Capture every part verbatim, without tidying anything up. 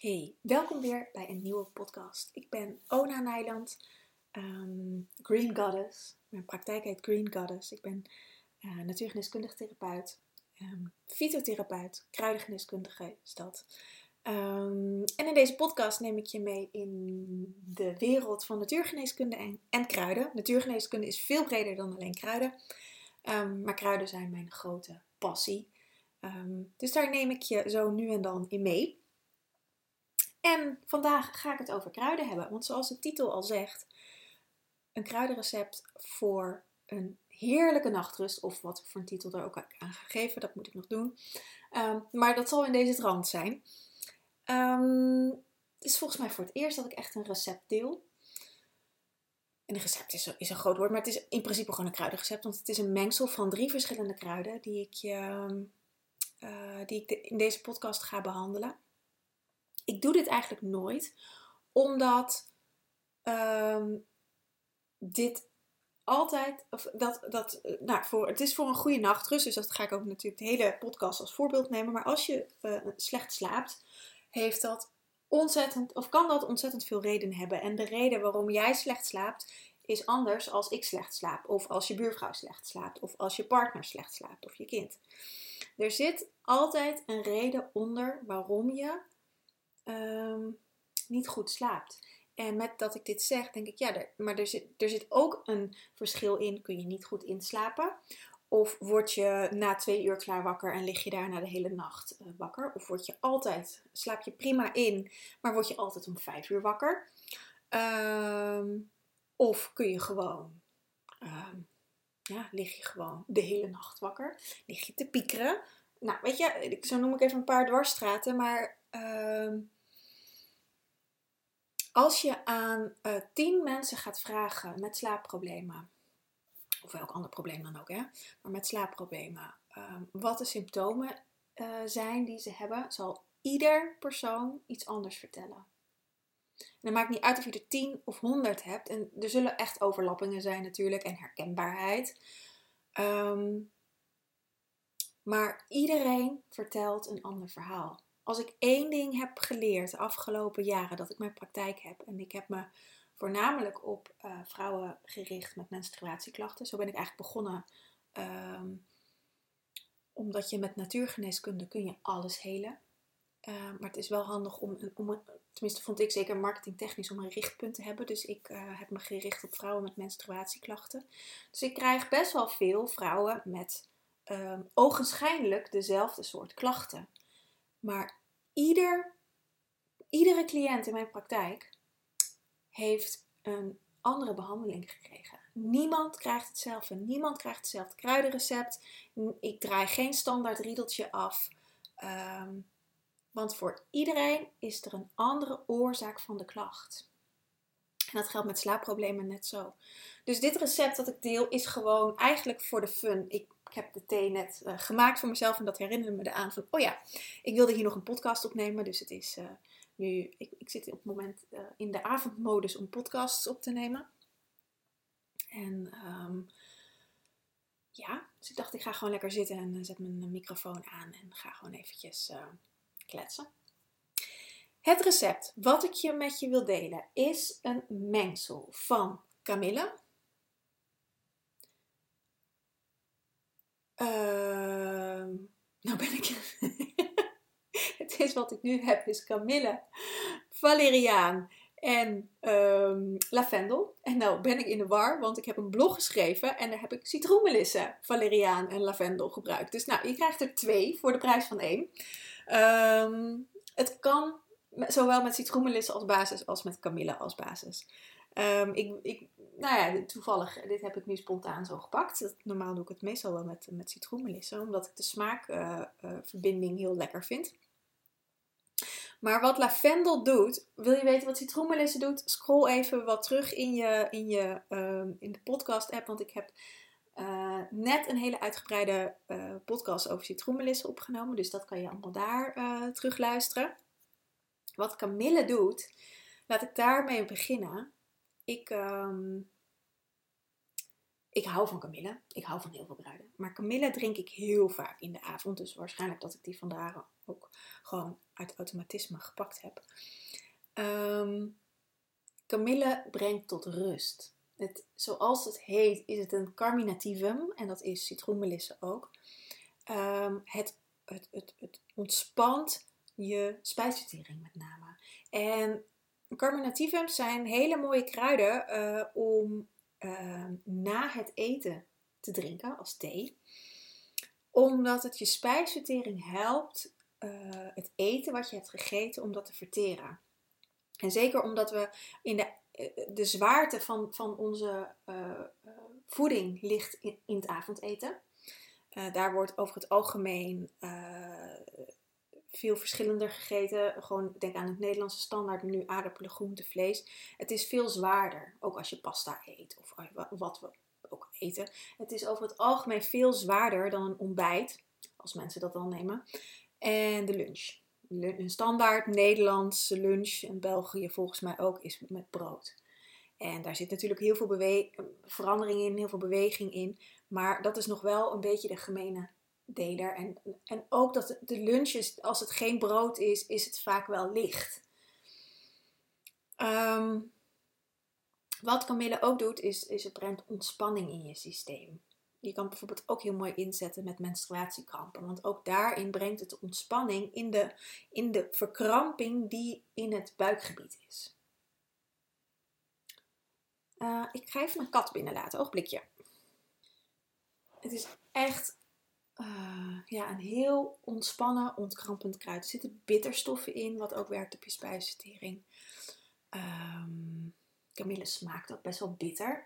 Hey, welkom weer bij een nieuwe podcast. Ik ben Ona Nijland, um, Green Goddess. Mijn praktijk heet Green Goddess. Ik ben uh, natuurgeneeskundig therapeut, um, fytotherapeut, kruidengeneeskundige is dat. Um, en in deze podcast neem ik je mee in de wereld van natuurgeneeskunde en, en kruiden. Natuurgeneeskunde is veel breder dan alleen kruiden, um, maar kruiden zijn mijn grote passie. Um, dus daar neem ik je zo nu en dan in mee. En vandaag ga ik het over kruiden hebben. Want zoals de titel al zegt, een kruidenrecept voor een heerlijke nachtrust. Of wat voor een titel er ook aan gegeven, dat moet ik nog doen. Um, maar dat zal in deze trant zijn. Um, het is volgens mij voor het eerst dat ik echt een recept deel. En een recept is, is een groot woord, maar het is in principe gewoon een kruidenrecept. Want het is een mengsel van drie verschillende kruiden die ik, je, uh, die ik de, in deze podcast ga behandelen. Ik doe dit eigenlijk nooit, omdat um, dit altijd, of dat, dat, nou, voor, het is voor een goede nachtrust, dus dat ga ik ook natuurlijk de hele podcast als voorbeeld nemen. Maar als je uh, slecht slaapt, heeft dat ontzettend, of kan dat ontzettend veel redenen hebben. En de reden waarom jij slecht slaapt, is anders als ik slecht slaap, of als je buurvrouw slecht slaapt, of als je partner slecht slaapt, of je kind. Er zit altijd een reden onder waarom je Um, niet goed slaapt. En met dat ik dit zeg, denk ik, ja, er, maar er zit, er zit ook een verschil in. Kun je niet goed inslapen? Of word je na twee uur klaar wakker en lig je daarna de hele nacht uh, wakker? Of word je altijd, slaap je prima in, maar word je altijd om vijf uur wakker? Um, of kun je gewoon, um, ja, lig je gewoon de hele nacht wakker? Lig je te piekeren? Nou, weet je, zo noem ik even een paar dwarsstraten, maar Um, als je aan uh, tien mensen gaat vragen met slaapproblemen, of welk ander probleem dan ook, hè, maar met slaapproblemen, um, wat de symptomen uh, zijn die ze hebben, zal ieder persoon iets anders vertellen. En dat maakt niet uit of je er tien of honderd hebt. En er zullen echt overlappingen zijn natuurlijk en herkenbaarheid. Um, maar iedereen vertelt een ander verhaal. Als ik één ding heb geleerd de afgelopen jaren dat ik mijn praktijk heb, en ik heb me voornamelijk op uh, vrouwen gericht met menstruatieklachten. Zo ben ik eigenlijk begonnen, um, omdat je met natuurgeneeskunde kun je alles helen. Uh, maar het is wel handig om, om, tenminste vond ik zeker marketingtechnisch, om een richtpunt te hebben. Dus ik uh, heb me gericht op vrouwen met menstruatieklachten. Dus ik krijg best wel veel vrouwen met um, ogenschijnlijk dezelfde soort klachten. Maar ieder, iedere cliënt in mijn praktijk heeft een andere behandeling gekregen. Niemand krijgt hetzelfde. Niemand krijgt hetzelfde kruidenrecept. Ik draai geen standaard riedeltje af. Um, want voor iedereen is er een andere oorzaak van de klacht. En dat geldt met slaapproblemen net zo. Dus dit recept dat ik deel is gewoon eigenlijk voor de fun. Ik Ik heb de thee net uh, gemaakt voor mezelf en dat herinnerde me eraan van, oh ja, ik wilde hier nog een podcast opnemen. Dus het is uh, nu, ik, ik zit op het moment uh, in de avondmodus om podcasts op te nemen. En um, ja, dus ik dacht ik ga gewoon lekker zitten en uh, zet mijn microfoon aan en ga gewoon eventjes uh, kletsen. Het recept wat ik je met je wil delen is een mengsel van kamille, Uh, nou ben ik... het is wat ik nu heb is kamille, valeriaan en um, lavendel. En nou ben ik in de war, want ik heb een blog geschreven en daar heb ik citroenmelisse, valeriaan en lavendel gebruikt. Dus nou, je krijgt er twee voor de prijs van één. Um, het kan zowel met citroenmelisse als basis als met kamille als basis. Um, ik, ik, nou ja, toevallig, dit heb ik nu spontaan zo gepakt. Normaal doe ik het meestal wel met, met citroenmelisse, omdat ik de smaakverbinding uh, uh, heel lekker vind. Maar wat lavendel doet, wil je weten wat citroenmelisse doet? Scroll even wat terug in, je, in, je, uh, in de podcast app, want ik heb uh, net een hele uitgebreide uh, podcast over citroenmelisse opgenomen. Dus dat kan je allemaal daar uh, terug luisteren. Wat kamille doet, laat ik daarmee beginnen. Ik, um, ik hou van kamille. Ik hou van heel veel kruiden. Maar kamille drink ik heel vaak in de avond. Dus waarschijnlijk dat ik die vandaag ook gewoon uit automatisme gepakt heb. Um, kamille brengt tot rust. Het, zoals het heet is het een carminativum en dat is citroenmelisse ook. Um, het, het, het, het ontspant je spijsvertering met name. En carminativums zijn hele mooie kruiden uh, om uh, na het eten te drinken als thee. Omdat het je spijsvertering helpt uh, het eten wat je hebt gegeten om dat te verteren. En zeker omdat we in de, de zwaarte van, van onze uh, uh, voeding ligt in, in het avondeten. Uh, daar wordt over het algemeen uh, veel verschillender gegeten. Gewoon denk aan het Nederlandse standaard menu: aardappelen, groente, vlees. Het is veel zwaarder, ook als je pasta eet of wat we ook eten. Het is over het algemeen veel zwaarder dan een ontbijt, als mensen dat dan nemen, en de lunch. Een standaard Nederlandse lunch, in België volgens mij ook, is met brood. En daar zit natuurlijk heel veel bewe- verandering in, heel veel beweging in. Maar dat is nog wel een beetje de gemene deler. En, en ook dat de lunches, als het geen brood is, is het vaak wel licht. Um, wat kamille ook doet, is, is het brengt ontspanning in je systeem. Je kan bijvoorbeeld ook heel mooi inzetten met menstruatiekrampen. Want ook daarin brengt het ontspanning in de, in de verkramping die in het buikgebied is. Uh, ik ga even mijn kat binnenlaten. Ogenblikje. Het is echt uh, ja, een heel ontspannen, ontkrampend kruid. Er zitten bitterstoffen in, wat ook werkt op je spijsvertering. Um, kamille smaakt ook best wel bitter.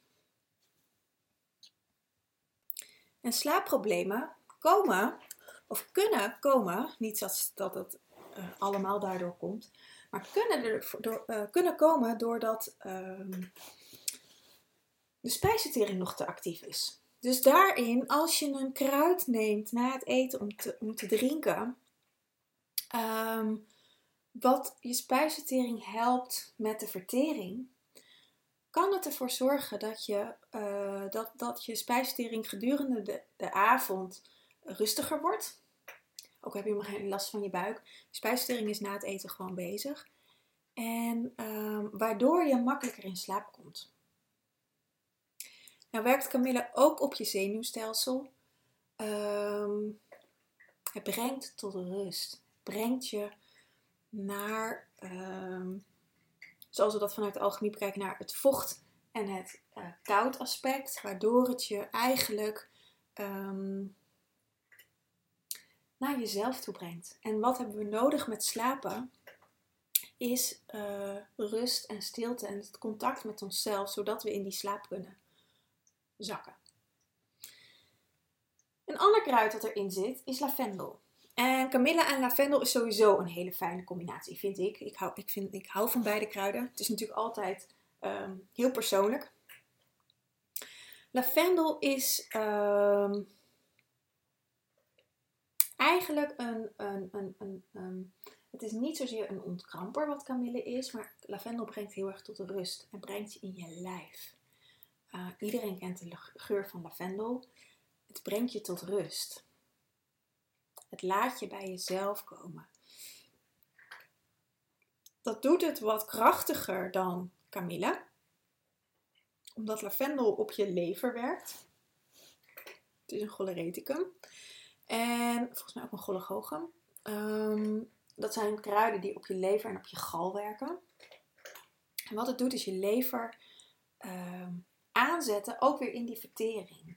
En slaapproblemen komen, of kunnen komen, niet dat, dat het uh, allemaal daardoor komt, maar kunnen, er, door, uh, kunnen komen doordat uh, de spijsvertering nog te actief is. Dus daarin, als je een kruid neemt na het eten om te, om te drinken, um, wat je spijsvertering helpt met de vertering, kan het ervoor zorgen dat je, uh, dat, dat je spijsvertering gedurende de, de avond rustiger wordt. Ook heb je maar geen last van je buik. Je spijsvertering is na het eten gewoon bezig. En uh, waardoor je makkelijker in slaap komt. Nou werkt kamille ook op je zenuwstelsel. Um, het brengt tot rust. Het brengt je naar, um, zoals we dat vanuit de alchemie bekijken, naar het vocht en het uh, koud aspect. Waardoor het je eigenlijk um, naar jezelf toe brengt. En wat hebben we nodig met slapen? Is uh, rust en stilte en het contact met onszelf, zodat we in die slaap kunnen zakken. Een ander kruid dat erin zit is lavendel. En kamille en lavendel is sowieso een hele fijne combinatie, vind ik. Ik hou, ik vind, ik hou van beide kruiden. Het is natuurlijk altijd um, heel persoonlijk. Lavendel is um, eigenlijk een, een, een, een, een... Het is niet zozeer een ontkramper wat kamille is, maar lavendel brengt heel erg tot rust en brengt je in je lijf. Uh, iedereen kent de geur van lavendel. Het brengt je tot rust. Het laat je bij jezelf komen. Dat doet het wat krachtiger dan kamille. Omdat lavendel op je lever werkt. Het is een cholereticum. En volgens mij ook een cholagogen. Um, dat zijn kruiden die op je lever en op je gal werken. En wat het doet is je lever um, aanzetten, ook weer in die vertering.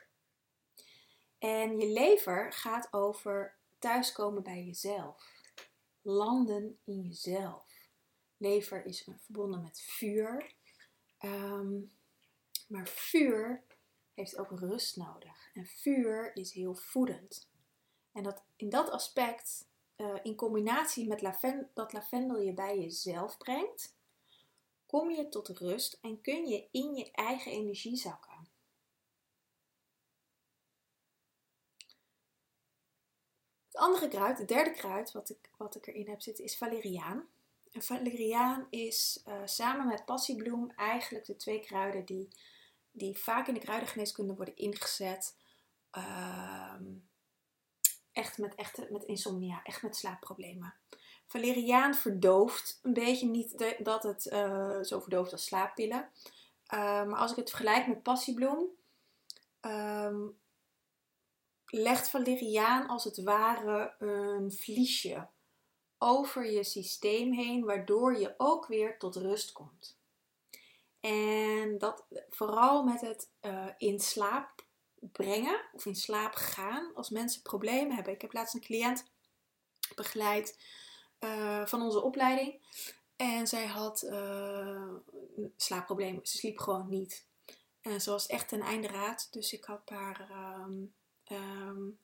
En je lever gaat over thuiskomen bij jezelf. Landen in jezelf. Lever is verbonden met vuur. Um, maar vuur heeft ook rust nodig. En vuur is heel voedend. En dat, in dat aspect, uh, in combinatie met lavendel, dat lavendel je bij jezelf brengt, kom je tot rust en kun je in je eigen energie zakken. Het andere kruid, het derde kruid wat ik, wat ik erin heb zitten, is valeriaan. En valeriaan is uh, samen met passiebloem eigenlijk de twee kruiden die, die vaak in de kruidengeneeskunde worden ingezet uh, echt met, echt met insomnia, echt met slaapproblemen. Valeriaan verdooft een beetje, niet de, dat het uh, zo verdooft als slaappillen. Uh, maar als ik het vergelijk met passiebloem, um, legt valeriaan als het ware een vliesje over je systeem heen, waardoor je ook weer tot rust komt. En dat vooral met het uh, in slaap brengen of in slaap gaan als mensen problemen hebben. Ik heb laatst een cliënt begeleid uh, van onze opleiding en zij had uh, slaapproblemen. Ze sliep gewoon niet. En ze was echt ten einde raad, dus ik had haar... Um, um,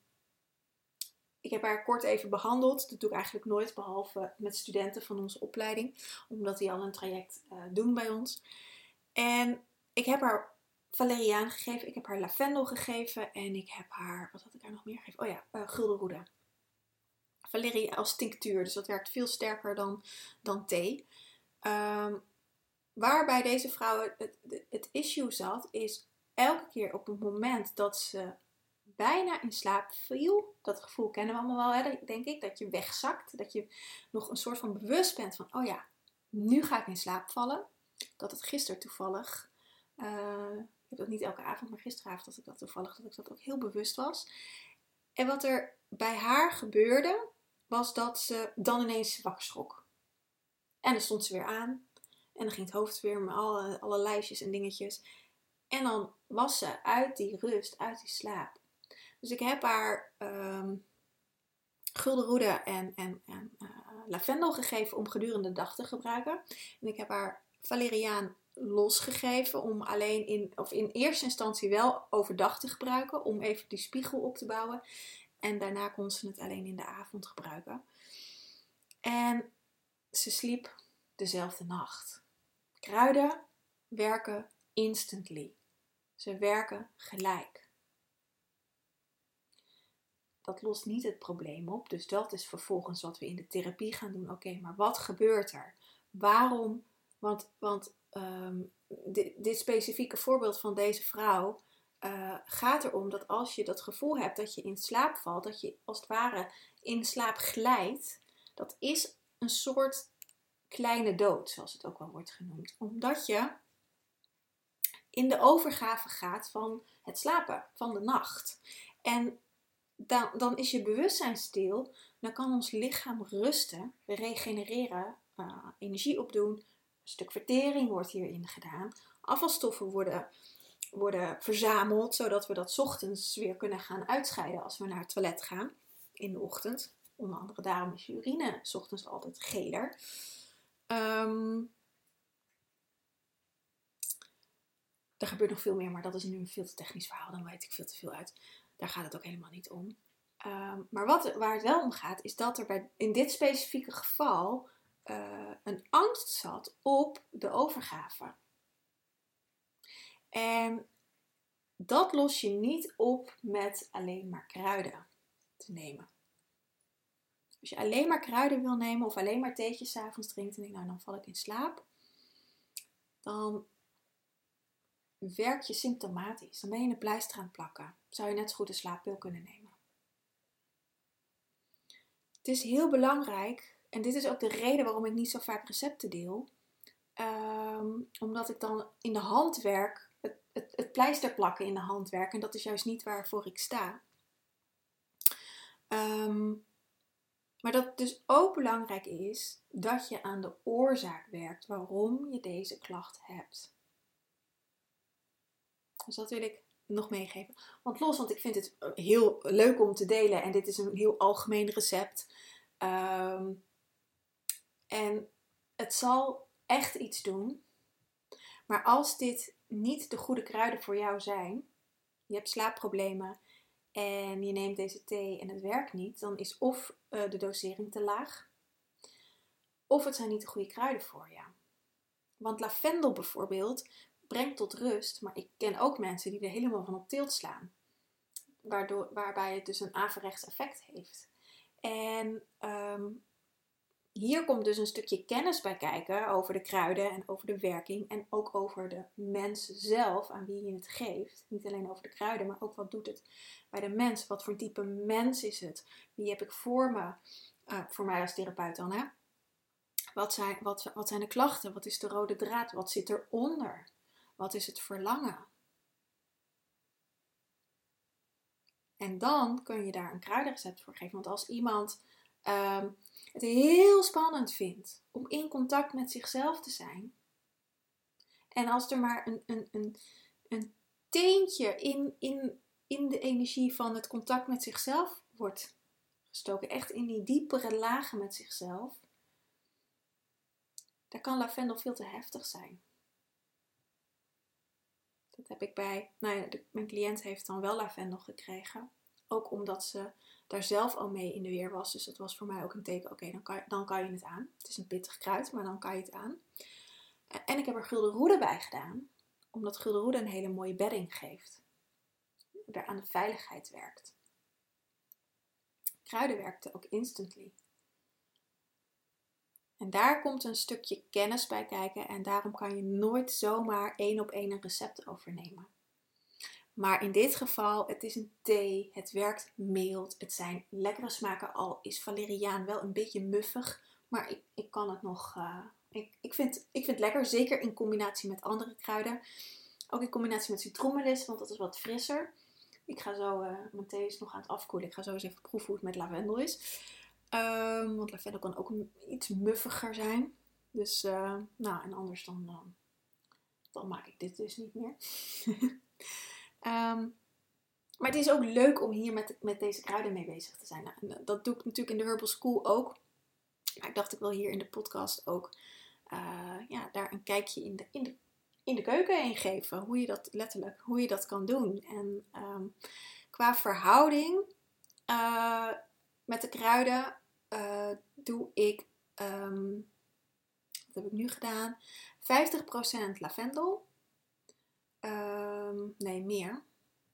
Ik heb haar kort even behandeld. Dat doe ik eigenlijk nooit, behalve met studenten van onze opleiding. Omdat die al een traject uh, doen bij ons. En ik heb haar valeriaan gegeven. Ik heb haar lavendel gegeven. En ik heb haar, wat had ik haar nog meer gegeven? Oh ja, uh, guldenroede. Valeriaan als tinctuur. Dus dat werkt veel sterker dan, dan thee. Um, waarbij deze vrouw het, het, het issue zat, is elke keer op het moment dat ze bijna in slaap viel. Dat gevoel kennen we allemaal wel, hè, denk ik. Dat je wegzakt. Dat je nog een soort van bewust bent van, oh ja, nu ga ik in slaap vallen. Dat het gisteren toevallig, uh, ik heb dat niet elke avond, maar gisteravond had ik dat toevallig, dat ik dat ook heel bewust was. En wat er bij haar gebeurde, was dat ze dan ineens wakker schrok. En dan stond ze weer aan. En dan ging het hoofd weer met alle, alle lijstjes en dingetjes. En dan was ze uit die rust, uit die slaap. Dus ik heb haar um, guldenroede en, en, en uh, lavendel gegeven om gedurende de dag te gebruiken. En ik heb haar valeriaan losgegeven om alleen in, of in eerste instantie wel overdag te gebruiken. Om even die spiegel op te bouwen. En daarna kon ze het alleen in de avond gebruiken. En ze sliep dezelfde nacht. Kruiden werken instantly. Ze werken gelijk. Dat lost niet het probleem op. Dus dat is vervolgens wat we in de therapie gaan doen. Oké, okay, maar wat gebeurt er? Waarom? Want, want um, dit, dit specifieke voorbeeld van deze vrouw uh, gaat erom dat als je dat gevoel hebt dat je in slaap valt, dat je als het ware in slaap glijdt, dat is een soort kleine dood, zoals het ook wel wordt genoemd. Omdat je in de overgave gaat van het slapen, van de nacht. En Dan, dan is je bewustzijn stil. Dan kan ons lichaam rusten, regenereren, uh, energie opdoen. Een stuk vertering wordt hierin gedaan. Afvalstoffen worden, worden verzameld, zodat we dat 's ochtends weer kunnen gaan uitscheiden als we naar het toilet gaan in de ochtend. Onder andere daarom is je urine 's ochtends altijd geler. Um, er gebeurt nog veel meer, maar dat is nu een veel te technisch verhaal. Dan weet ik veel te veel uit. Daar gaat het ook helemaal niet om. Um, maar wat, waar het wel om gaat, is dat er bij, in dit specifieke geval uh, een angst zat op de overgave. En dat los je niet op met alleen maar kruiden te nemen. Als je alleen maar kruiden wil nemen of alleen maar theetjes 's avonds drinkt en denkt, nou dan val ik in slaap, dan werk je symptomatisch. Dan ben je een pleister aan het plakken. Zou je net zo goed een slaappil kunnen nemen. Het is heel belangrijk, en dit is ook de reden waarom ik niet zo vaak recepten deel. Um, omdat ik dan in de hand werk, het, het, het pleister plakken in de hand werk. En dat is juist niet waarvoor ik sta. Um, maar dat het dus ook belangrijk is dat je aan de oorzaak werkt waarom je deze klacht hebt. Dus dat wil ik nog meegeven. Want los, want ik vind het heel leuk om te delen. En dit is een heel algemeen recept. Um, en het zal echt iets doen. Maar als dit niet de goede kruiden voor jou zijn. Je hebt slaapproblemen. En je neemt deze thee en het werkt niet. Dan is of uh, de dosering te laag. Of het zijn niet de goede kruiden voor je. Want lavendel bijvoorbeeld brengt tot rust. Maar ik ken ook mensen die er helemaal van op tilt slaan. Waardoor, waarbij het dus een averechts effect heeft. En um, hier komt dus een stukje kennis bij kijken over de kruiden en over de werking en ook over de mens zelf aan wie je het geeft. Niet alleen over de kruiden, maar ook wat doet het bij de mens. Wat voor type mens is het? Wie heb ik voor me? Uh, voor mij als therapeut dan, hè? Wat zijn, wat, wat zijn de klachten? Wat is de rode draad? Wat zit eronder? Wat is het verlangen? En dan kun je daar een kruidenrecept voor geven. Want als iemand um, het heel spannend vindt om in contact met zichzelf te zijn. En als er maar een, een, een, een teentje in, in, in de energie van het contact met zichzelf wordt gestoken. Echt in die diepere lagen met zichzelf. Dan kan lavendel veel te heftig zijn. Dat heb ik bij, nou ja, de, mijn cliënt heeft dan wel lavendel gekregen. Ook omdat ze daar zelf al mee in de weer was. Dus dat was voor mij ook een teken, oké, okay, dan, kan, dan kan je het aan. Het is een pittig kruid, maar dan kan je het aan. En ik heb er gulden roede bij gedaan. Omdat gulden roede een hele mooie bedding geeft. Daar aan de veiligheid werkt. Kruiden werkte ook instantly. En daar komt een stukje kennis bij kijken. En daarom kan je nooit zomaar één op één een recept overnemen. Maar in dit geval, het is een thee. Het werkt mild. Het zijn lekkere smaken. Al is valeriaan wel een beetje muffig. Maar ik, ik kan het nog... Uh, ik, ik, vind, ik vind het lekker. Zeker in combinatie met andere kruiden. Ook in combinatie met citroenmelis. Want dat is wat frisser. Ik ga zo... Uh, mijn thee is nog aan het afkoelen. Ik ga zo eens even proeven hoe het met lavendel is. Um, want lavendel kan ook een, iets muffiger zijn. Dus, uh, nou, en anders dan, uh, dan maak ik dit dus niet meer. um, maar het is ook leuk om hier met, met deze kruiden mee bezig te zijn. Nou, dat doe ik natuurlijk in de Herbal School ook. Maar ik dacht ik wil hier in de podcast ook uh, ja, daar een kijkje in de, in, de, in de keuken in geven. Hoe je dat letterlijk, hoe je dat kan doen. En um, qua verhouding uh, met de kruiden... Uh, doe ik, um, wat heb ik nu gedaan? vijftig procent lavendel. Um, nee, meer.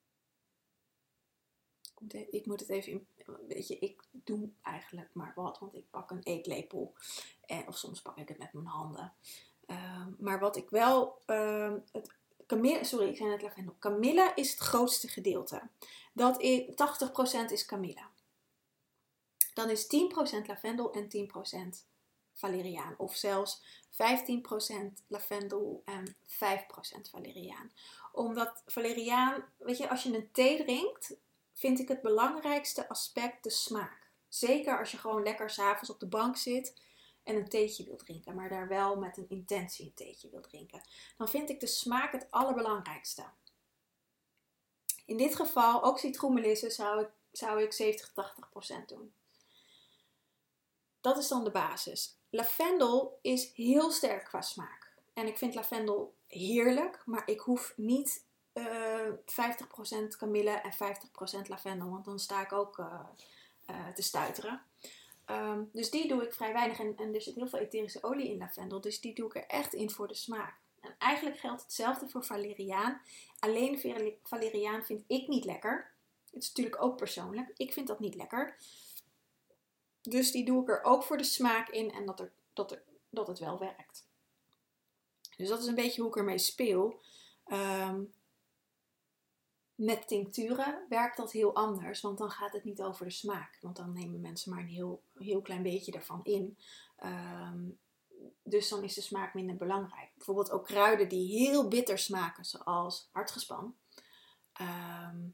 Ik moet het even, in, weet je, ik doe eigenlijk maar wat, want ik pak een eetlepel. En, of soms pak ik het met mijn handen. Um, maar wat ik wel, um, het, Camilla, sorry, ik zei net lavendel. Camilla is het grootste gedeelte. Dat is, tachtig procent is Camilla. Dan is tien procent lavendel en tien procent valeriaan. Of zelfs vijftien procent lavendel en vijf procent valeriaan. Omdat valeriaan, weet je, als je een thee drinkt, vind ik het belangrijkste aspect de smaak. Zeker als je gewoon lekker 's avonds op de bank zit en een theetje wil drinken. Maar daar wel met een intentie een theetje wil drinken. Dan vind ik de smaak het allerbelangrijkste. In dit geval, ook citroenmelissen, zou ik, zou ik zeventig tot tachtig procent doen. Dat is dan de basis. Lavendel is heel sterk qua smaak. En ik vind lavendel heerlijk, maar ik hoef niet uh, vijftig procent kamille en vijftig procent lavendel, want dan sta ik ook uh, uh, te stuiteren. Um, dus die doe ik vrij weinig en, en er zit heel veel etherische olie in lavendel, dus die doe ik er echt in voor de smaak. En eigenlijk geldt hetzelfde voor valeriaan. Alleen valeriaan vind ik niet lekker. Het is natuurlijk ook persoonlijk. Ik vind dat niet lekker. Dus die doe ik er ook voor de smaak in en dat, er, dat, er, dat het wel werkt. Dus dat is een beetje hoe ik ermee speel. Um, met tincturen werkt dat heel anders, want dan gaat het niet over de smaak. Want dan nemen mensen maar een heel, heel klein beetje ervan in. Um, dus dan is de smaak minder belangrijk. Bijvoorbeeld ook kruiden die heel bitter smaken, zoals hartgespan. Um,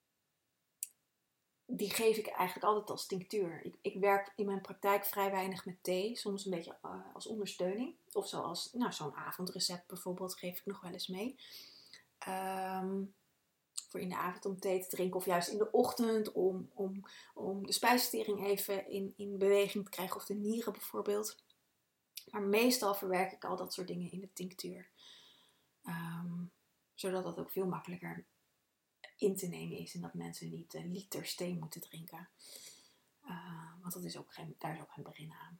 Die geef ik eigenlijk altijd als tinctuur. Ik, ik werk in mijn praktijk vrij weinig met thee. Soms een beetje uh, als ondersteuning. Of zoals nou, zo'n avondrecept bijvoorbeeld geef ik nog wel eens mee. Um, voor in de avond om thee te drinken. Of juist in de ochtend om, om, om de spijsvertering even in, in beweging te krijgen. Of de nieren bijvoorbeeld. Maar meestal verwerk ik al dat soort dingen in de tinctuur. Um, zodat dat ook veel makkelijker in te nemen is en dat mensen niet uh, liters thee moeten drinken. Uh, want dat is ook geen, daar is ook geen begin aan.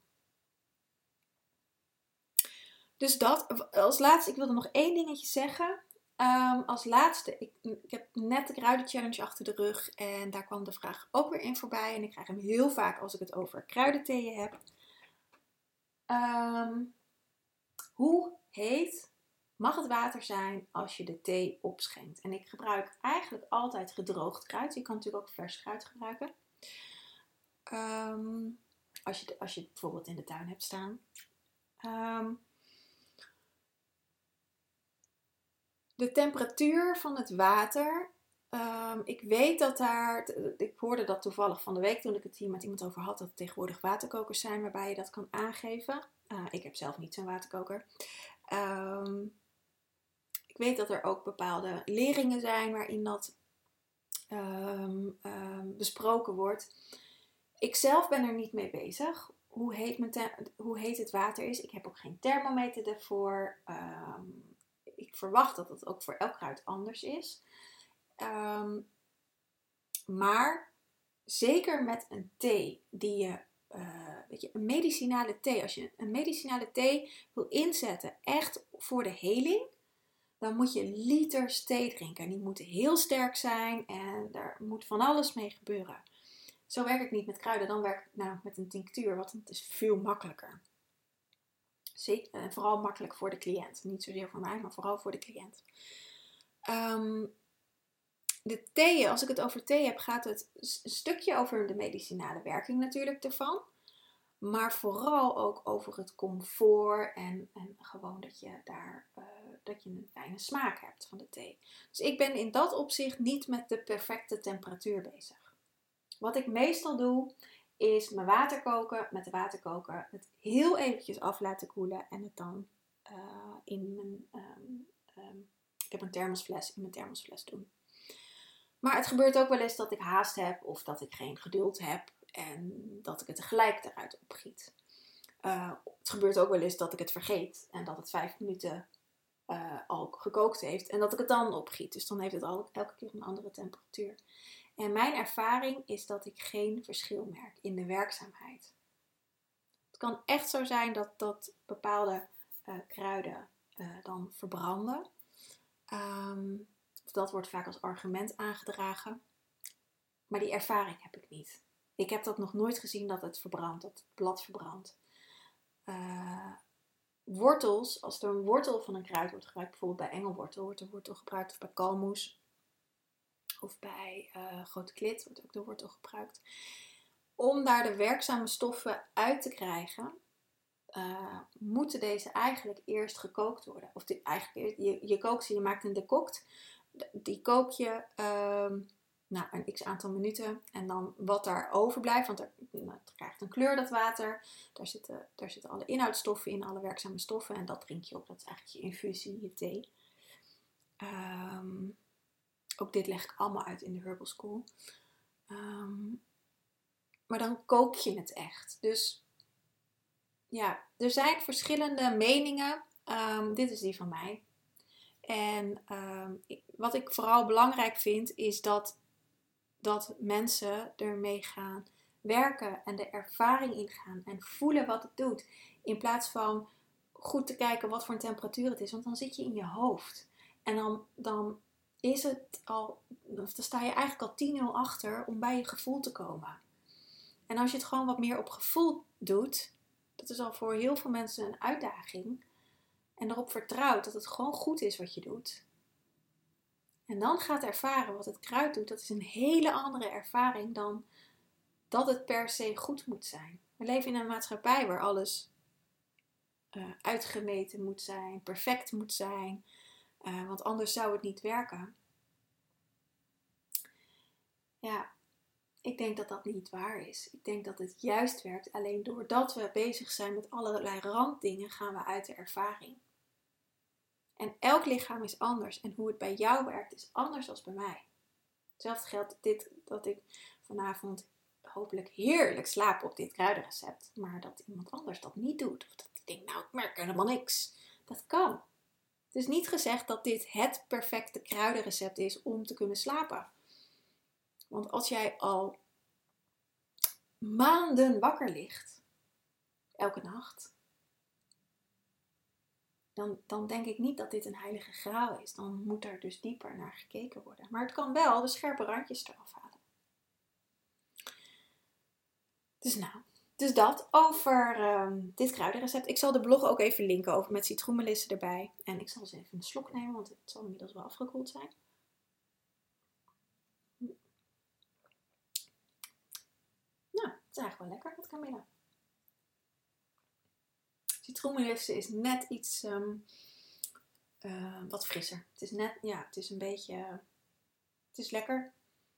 Dus dat, als laatste, ik wilde nog één dingetje zeggen. Um, als laatste, ik, ik heb net de kruiden challenge achter de rug en daar kwam de vraag ook weer in voorbij. En ik krijg hem heel vaak als ik het over kruidentheeën heb. Um, hoe heet mag het water zijn als je de thee opschenkt? En ik gebruik eigenlijk altijd gedroogd kruid. Je kan natuurlijk ook vers kruid gebruiken. Um, als, je, als je het bijvoorbeeld in de tuin hebt staan. Um, de temperatuur van het water. Um, ik weet dat daar, ik hoorde dat toevallig van de week toen ik het hier met iemand over had, dat er tegenwoordig waterkokers zijn waarbij je dat kan aangeven. Uh, ik heb zelf niet zo'n waterkoker. Um, ik weet dat er ook bepaalde leringen zijn waarin dat um, um, besproken wordt. Ik zelf ben er niet mee bezig. Hoe heet, mijn te- hoe heet het water is. Ik heb ook geen thermometer ervoor. Um, ik verwacht dat het ook voor elk kruid anders is. Um, maar zeker met een thee die je, uh, weet je, een medicinale thee. Als je een medicinale thee wil inzetten echt voor de heling, dan moet je liters thee drinken. En die moeten heel sterk zijn en daar moet van alles mee gebeuren. Zo werk ik niet met kruiden, dan werk ik nou met een tinctuur, want het is veel makkelijker. Zeker, en vooral makkelijk voor de cliënt. Niet zozeer voor mij, maar vooral voor de cliënt. Um, de theeën, als ik het over thee heb, gaat het een stukje over de medicinale werking natuurlijk ervan. Maar vooral ook over het comfort en, en gewoon dat je daar uh, dat je een fijne smaak hebt van de thee. Dus ik ben in dat opzicht niet met de perfecte temperatuur bezig. Wat ik meestal doe, is mijn water koken, met de waterkoker het heel eventjes af laten koelen en het dan uh, in mijn, um, um, ik heb een thermosfles, in mijn thermosfles doen. Maar het gebeurt ook wel eens dat ik haast heb of dat ik geen geduld heb en dat ik het tegelijk eruit opgiet. Uh, het gebeurt ook wel eens dat ik het vergeet en dat het vijf minuten uh, al gekookt heeft en dat ik het dan opgiet. Dus dan heeft het al elke keer een andere temperatuur. En mijn ervaring is dat ik geen verschil merk in de werkzaamheid. Het kan echt zo zijn dat, dat bepaalde uh, kruiden uh, dan verbranden. Um, dat wordt vaak als argument aangedragen. Maar die ervaring heb ik niet. Ik heb dat nog nooit gezien dat het verbrandt, dat het blad verbrandt. Uh, wortels, als er een wortel van een kruid wordt gebruikt, bijvoorbeeld bij engelwortel wordt de wortel gebruikt, of bij kalmoes, of bij uh, grote klit wordt ook de wortel gebruikt. Om daar de werkzame stoffen uit te krijgen, uh, moeten deze eigenlijk eerst gekookt worden. Of die, eigenlijk, je, je kookt ze, je maakt een decoct. Die kook je um, nou, een x aantal minuten. En dan wat daar overblijft, want er, nou, het krijgt een kleur dat water. Daar zitten, daar zitten alle inhoudsstoffen in, alle werkzame stoffen. En dat drink je op. Dat is eigenlijk je infusie, je thee. Um, ook dit leg ik allemaal uit in de Herbal School. Um, maar dan kook je het echt. Dus ja, er zijn verschillende meningen. Um, dit is die van mij. En um, wat ik vooral belangrijk vind is dat, dat mensen ermee gaan werken en de ervaring ingaan en voelen wat het doet. In plaats van goed te kijken wat voor een temperatuur het is, want dan zit je in je hoofd. En dan, dan is het al, dan sta je eigenlijk al tien nul achter om bij je gevoel te komen. En als je het gewoon wat meer op gevoel doet, dat is al voor heel veel mensen een uitdaging. En erop vertrouwt dat het gewoon goed is wat je doet. En dan gaat ervaren wat het kruid doet. Dat is een hele andere ervaring dan dat het per se goed moet zijn. We leven in een maatschappij waar alles uh, uitgemeten moet zijn, perfect moet zijn. Uh, want anders zou het niet werken. Ja, ik denk dat dat niet waar is. Ik denk dat het juist werkt. Alleen doordat we bezig zijn met allerlei randdingen gaan we uit de ervaring. En elk lichaam is anders. En hoe het bij jou werkt is anders dan bij mij. Hetzelfde geldt dit, dat ik vanavond hopelijk heerlijk slaap op dit kruidenrecept. Maar dat iemand anders dat niet doet. Of dat ik denk, nou ik merk helemaal niks. Dat kan. Het is niet gezegd dat dit het perfecte kruidenrecept is om te kunnen slapen. Want als jij al maanden wakker ligt, elke nacht, dan, dan denk ik niet dat dit een heilige graal is. Dan moet er dus dieper naar gekeken worden. Maar het kan wel de scherpe randjes eraf halen. Dus nou, Dus dat over um, dit kruidenrecept. Ik zal de blog ook even linken over met citroenmelissen erbij. En ik zal eens even een slok nemen, want het zal inmiddels wel afgekoeld zijn. Nou, het is eigenlijk wel lekker met kamille. Citroenmelissen is net iets um, uh, wat frisser. Het is net, ja, het is een beetje, uh, het is lekker.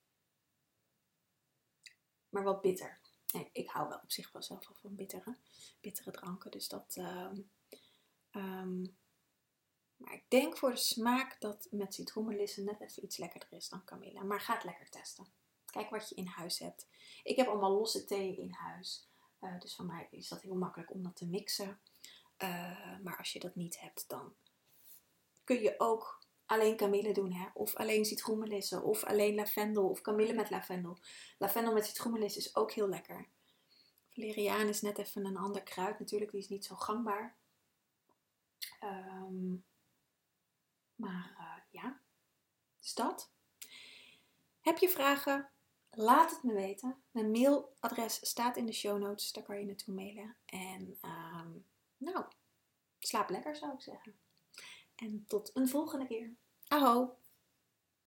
Maar wat bitter. Nee, ik hou wel op zich wel zelf wel van bittere, bittere dranken. Dus dat... Um, um, maar ik denk voor de smaak dat met citroenmelissen net even iets lekkerder is dan kamille. Maar ga het lekker testen. Kijk wat je in huis hebt. Ik heb allemaal losse thee in huis. Uh, dus voor mij is dat heel makkelijk om dat te mixen. Uh, maar als je dat niet hebt, dan kun je ook alleen kamille doen. Hè? Of alleen citroenmelissen. Of alleen lavendel. Of kamille met lavendel. Lavendel met citroenmelissen is ook heel lekker. Valeriaan is net even een ander kruid. Natuurlijk, die is niet zo gangbaar. Um, maar uh, ja, dus dat. Heb je vragen? Laat het me weten. Mijn mailadres staat in de show notes. Daar kan je naartoe mailen. En um, nou, slaap lekker zou ik zeggen. En tot een volgende keer. Aho!